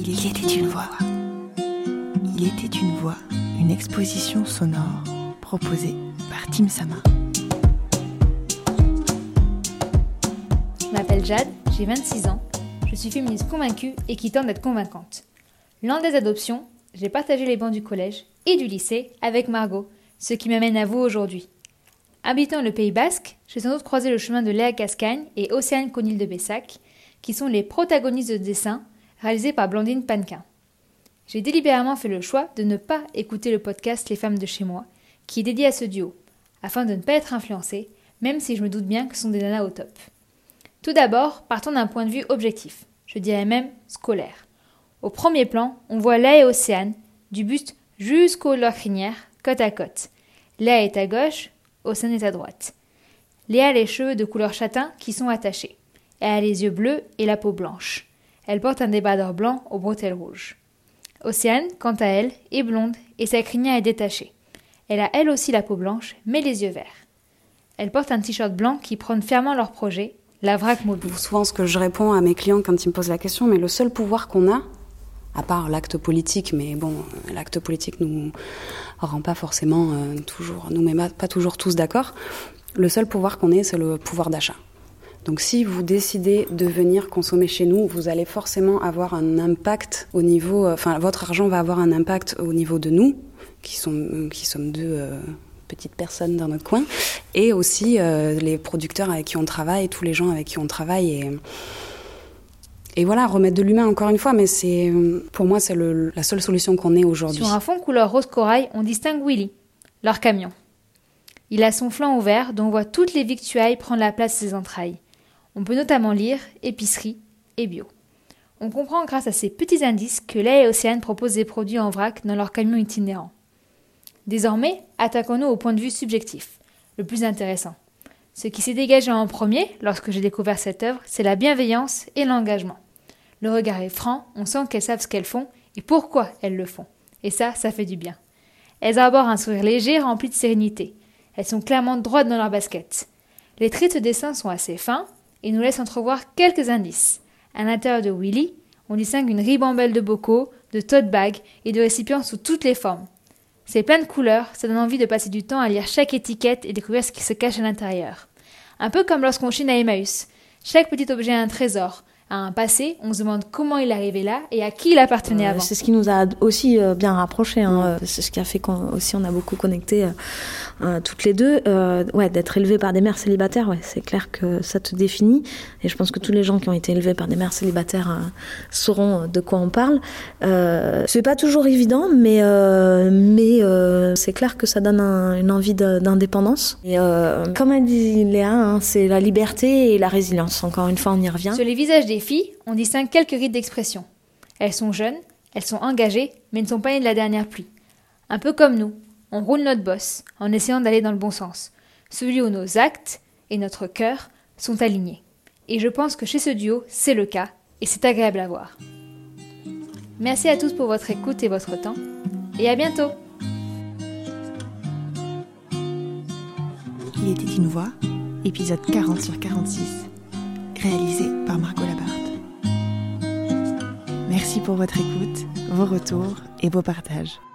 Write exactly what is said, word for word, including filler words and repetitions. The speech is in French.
Il était une voix. Il était une voix, une exposition sonore proposée par Tim Sama. Je m'appelle Jade, j'ai vingt-six ans, je suis féministe convaincue et qui tente d'être convaincante. L'an des adoptions, j'ai partagé les bancs du collège et du lycée avec Margot, ce qui m'amène à vous aujourd'hui. Habitant le Pays Basque, j'ai sans doute croisé le chemin de Léa Cascagne et Océane Conil de Bessac, qui sont les protagonistes de dessins réalisés par Blandine Panquin. J'ai délibérément fait le choix de ne pas écouter le podcast Les femmes de chez moi, qui est dédié à ce duo, afin de ne pas être influencée, même si je me doute bien que ce sont des nanas au top. Tout d'abord, partons d'un point de vue objectif, je dirais même scolaire. Au premier plan, on voit Léa et Océane, du buste jusqu'au haut de leur crinière, côte à côte. Léa est à gauche, Océane est à droite. Léa a les cheveux de couleur châtain qui sont attachés. Elle a les yeux bleus et la peau blanche. Elle porte un débardeur blanc aux bretelles rouges. Océane, quant à elle, est blonde et sa crinière est détachée. Elle a elle aussi la peau blanche, mais les yeux verts. Elle porte un t-shirt blanc qui prône fièrement leur projet, la vrac mobile. Souvent, ce que je réponds à mes clients quand ils me posent la question, mais le seul pouvoir qu'on a, à part l'acte politique, mais bon, l'acte politique nous rend pas forcément euh, toujours, nous met pas toujours tous d'accord. Le seul pouvoir qu'on ait, c'est le pouvoir d'achat. Donc si vous décidez de venir consommer chez nous, vous allez forcément avoir un impact au niveau... Enfin, votre argent va avoir un impact au niveau de nous, qui, sont, qui sommes deux euh, petites personnes dans notre coin, et aussi euh, les producteurs avec qui on travaille, tous les gens avec qui on travaille. Et, et voilà, remettre de l'humain encore une fois, mais c'est, pour moi, c'est le, la seule solution qu'on ait aujourd'hui. Sur un fond couleur rose corail, on distingue Willy, leur camion. Il a son flanc ouvert, dont on voit toutes les victuailles prendre la place de ses entrailles. On peut notamment lire épicerie et bio. On comprend grâce à ces petits indices que Léa et Océane proposent des produits en vrac dans leur camion itinérant. Désormais, attaquons-nous au point de vue subjectif, le plus intéressant. Ce qui s'est dégagé en premier, lorsque j'ai découvert cette œuvre, c'est la bienveillance et l'engagement. Le regard est franc, on sent qu'elles savent ce qu'elles font et pourquoi elles le font. Et ça, ça fait du bien. Elles arborent un sourire léger rempli de sérénité. Elles sont clairement droites dans leurs baskets. Les traits de ce dessin sont assez fins et nous laissent entrevoir quelques indices. À l'intérieur de Willy, on distingue une ribambelle de bocaux, de tote bags et de récipients sous toutes les formes. C'est plein de couleurs, ça donne envie de passer du temps à lire chaque étiquette et découvrir ce qui se cache à l'intérieur. Un peu comme lorsqu'on chine à Emmaüs. Chaque petit objet a un trésor, a un passé, on se demande comment il est arrivé là et à qui il appartenait euh, avant. C'est ce qui nous a aussi euh, bien rapprochés, hein. C'est ce qui a fait qu'on aussi on a beaucoup connecté euh, euh, toutes les deux. Euh, ouais, d'être élevées par des mères célibataires, ouais, c'est clair que ça te définit. Et je pense que tous les gens qui ont été élevés par des mères célibataires euh, sauront de quoi on parle. Euh, c'est pas toujours évident, mais euh, mais euh, c'est clair que ça donne un, une envie de, d'indépendance. Et euh, comme a dit Léa, hein, c'est la liberté et la résilience. Encore une fois, on y revient. Sur les visages des filles, on distingue quelques rides d'expression. Elles sont jeunes, elles sont engagées, mais ne sont pas nées de la dernière pluie. Un peu comme nous, on roule notre bosse en essayant d'aller dans le bon sens, celui où nos actes et notre cœur sont alignés. Et je pense que chez ce duo, c'est le cas, et c'est agréable à voir. Merci à tous pour votre écoute et votre temps, et à bientôt. Il était une voix, épisode quarante sur quarante-six, réalisé par Margot Labarthe. Merci pour votre écoute, vos retours et vos partages.